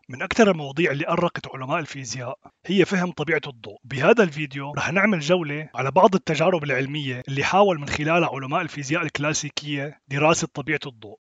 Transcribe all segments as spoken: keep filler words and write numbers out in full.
من أكثر المواضيع اللي أرقت علماء الفيزياء هي فهم طبيعة الضوء. بهذا الفيديو رح نعمل جولة على بعض التجارب العلمية اللي حاول من خلالها علماء الفيزياء الكلاسيكية دراسة طبيعة الضوء.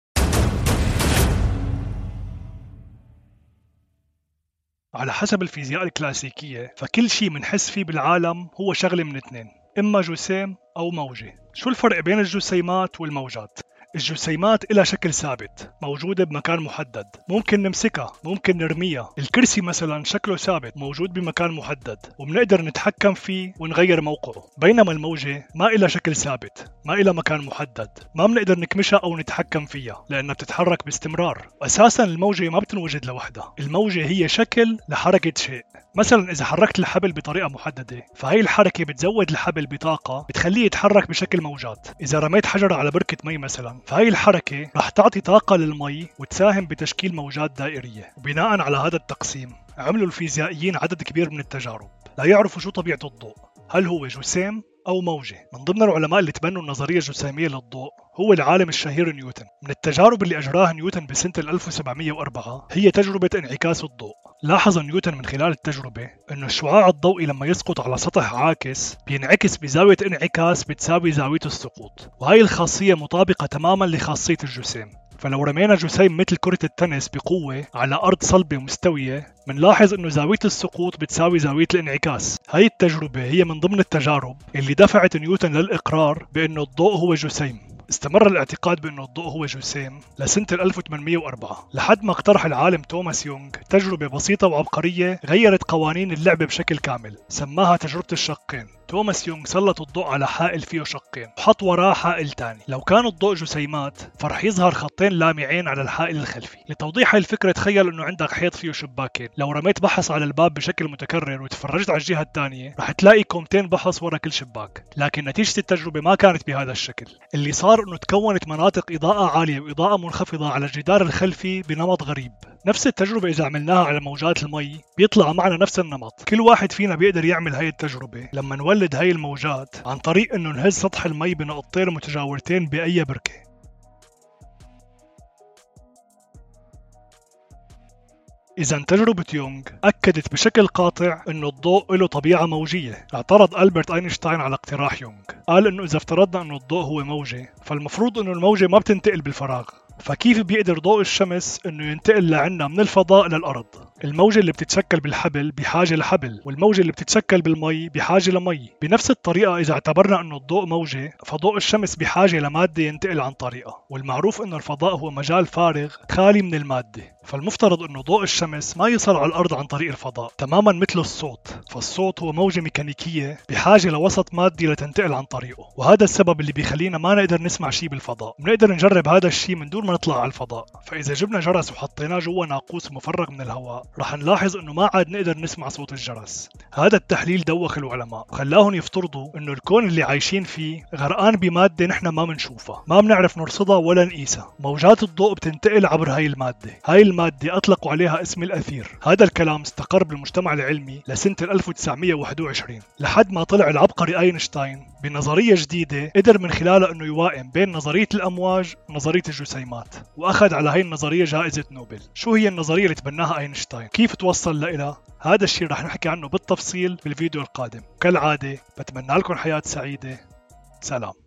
على حسب الفيزياء الكلاسيكية فكل شيء منحس فيه بالعالم هو شغلة من اثنين، إما جسيم أو موجة. شو الفرق بين الجسيمات والموجات؟ الجسيمات إلها شكل ثابت، موجودة بمكان محدد، ممكن نمسكها، ممكن نرميها. الكرسي مثلا شكله ثابت، موجود بمكان محدد وبنقدر نتحكم فيه ونغير موقعه. بينما الموجة ما إلها شكل ثابت، ما إلها مكان محدد، ما بنقدر نكمشها أو نتحكم فيها لأنها بتتحرك باستمرار. أساسا الموجة ما بتنوجد لوحدها، الموجة هي شكل لحركة شيء. مثلا إذا حركت الحبل بطريقة محددة فهي الحركة بتزود الحبل بطاقة بتخليه يتحرك بشكل موجات. إذا رميت حجر على بركة مي مثلا فهي الحركة رح تعطي طاقة للمي وتساهم بتشكيل موجات دائرية. وبناء على هذا التقسيم عملوا الفيزيائيين عدد كبير من التجارب ليعرفوا شو طبيعة الضوء، هل هو جسيم أو موجة. من ضمن العلماء اللي تبنوا النظرية الجسيمية للضوء هو العالم الشهير نيوتن. من التجارب اللي أجراها نيوتن بسنة ألف وسبعمية وأربعة هي تجربة انعكاس الضوء. لاحظ نيوتن من خلال التجربة أنه الشعاع الضوئي لما يسقط على سطح عاكس بينعكس بزاوية انعكاس بتساوي زاوية السقوط، وهي الخاصية مطابقة تماما لخاصية الجسيم. فلو رمينا جسيم مثل كرة التنس بقوة على أرض صلبة مستوية منلاحظ أنه زاوية السقوط بتساوي زاوية الانعكاس. هاي التجربة هي من ضمن التجارب اللي دفعت نيوتن للإقرار بأنه الضوء هو جسيم. استمر الاعتقاد بأنه الضوء هو جسيم لسنة ألف وثمانمية وأربعة لحد ما اقترح العالم توماس يونغ تجربة بسيطة وعبقرية غيرت قوانين اللعبة بشكل كامل، سماها تجربة الشقين. توماس يونغ سلط الضوء على حائل فيه شقين وحط وراه حائل تاني. لو كان الضوء جسيمات فرح يظهر خطين لامعين على الحائل الخلفي. لتوضيح هاي الفكرة تخيل انه عندك حيط فيه شباكين، لو رميت بحص على الباب بشكل متكرر وتفرجت على الجهة الثانية رح تلاقي كومتين بحص ورا كل شباك. لكن نتيجة التجربة ما كانت بهذا الشكل. اللي صار انه تكونت مناطق إضاءة عالية وإضاءة منخفضة على الجدار الخلفي بنمط غريب. نفس التجربة إذا عملناها على موجات المي بيطلع معنا نفس النمط. كل واحد فينا بيقدر يعمل هاي التجربة لما نولد هاي الموجات عن طريق انه نهز سطح المي بنقطتين متجاورتين بأي بركة. إذا تجربة يونغ أكدت بشكل قاطع أنه الضوء له طبيعة موجية. اعترض ألبرت أينشتاين على اقتراح يونغ، قال أنه إذا افترضنا أنه الضوء هو موجة فالمفروض أنه الموجة ما بتنتقل بالفراغ، فكيف بيقدر ضوء الشمس أنه ينتقل لعنا من الفضاء للأرض؟ الموجة اللي بتتشكل بالحبل بحاجة لحبل، والموجة اللي بتتشكل بالمي بحاجة لمي. بنفس الطريقة إذا اعتبرنا أنه الضوء موجة فضوء الشمس بحاجة لمادة ينتقل عن طريقها، والمعروف أنه الفضاء هو مجال فارغ خالي من المادة، فالمفترض أنه ضوء الشمس ما يصل على الأرض عن طريق الفضاء. تماما مثل الصوت، فالصوت هو موجة ميكانيكية بحاجة لوسط مادي لتنتقل عن طريقه، وهذا السبب اللي بيخلينا ما نقدر نسمع شيء بالفضاء. بنقدر نجرب هذا الشيء من دون ما نطلع على الفضاء. فإذا جبنا جرس وحطيناه جوا ناقوس مفرغ من الهواء رح نلاحظ انه ما عاد نقدر نسمع صوت الجرس. هذا التحليل دوخ العلماء وخلاهم يفترضوا انه الكون اللي عايشين فيه غرقان بمادة نحن ما بنشوفها، ما بنعرف نرصدها ولا نقيسها. موجات الضوء بتنتقل عبر هاي المادة، هاي المادة اطلقوا عليها اسم الأثير. هذا الكلام استقر بالمجتمع العلمي لسنة ألف وتسعمية وواحد وعشرين لحد ما طلع العبقري أينشتاين بنظرية جديدة قدر من خلالها انه يوائم بين نظرية الأمواج ونظرية الجسيمات، واخذ على هاي النظرية جائزة نوبل. شو هي النظرية اللي تبناها أينشتاين؟ كيف توصل لإلها؟ هذا الشيء رح نحكي عنه بالتفصيل بالفيديو القادم. كالعادة بتمنى لكم حياة سعيدة. سلام.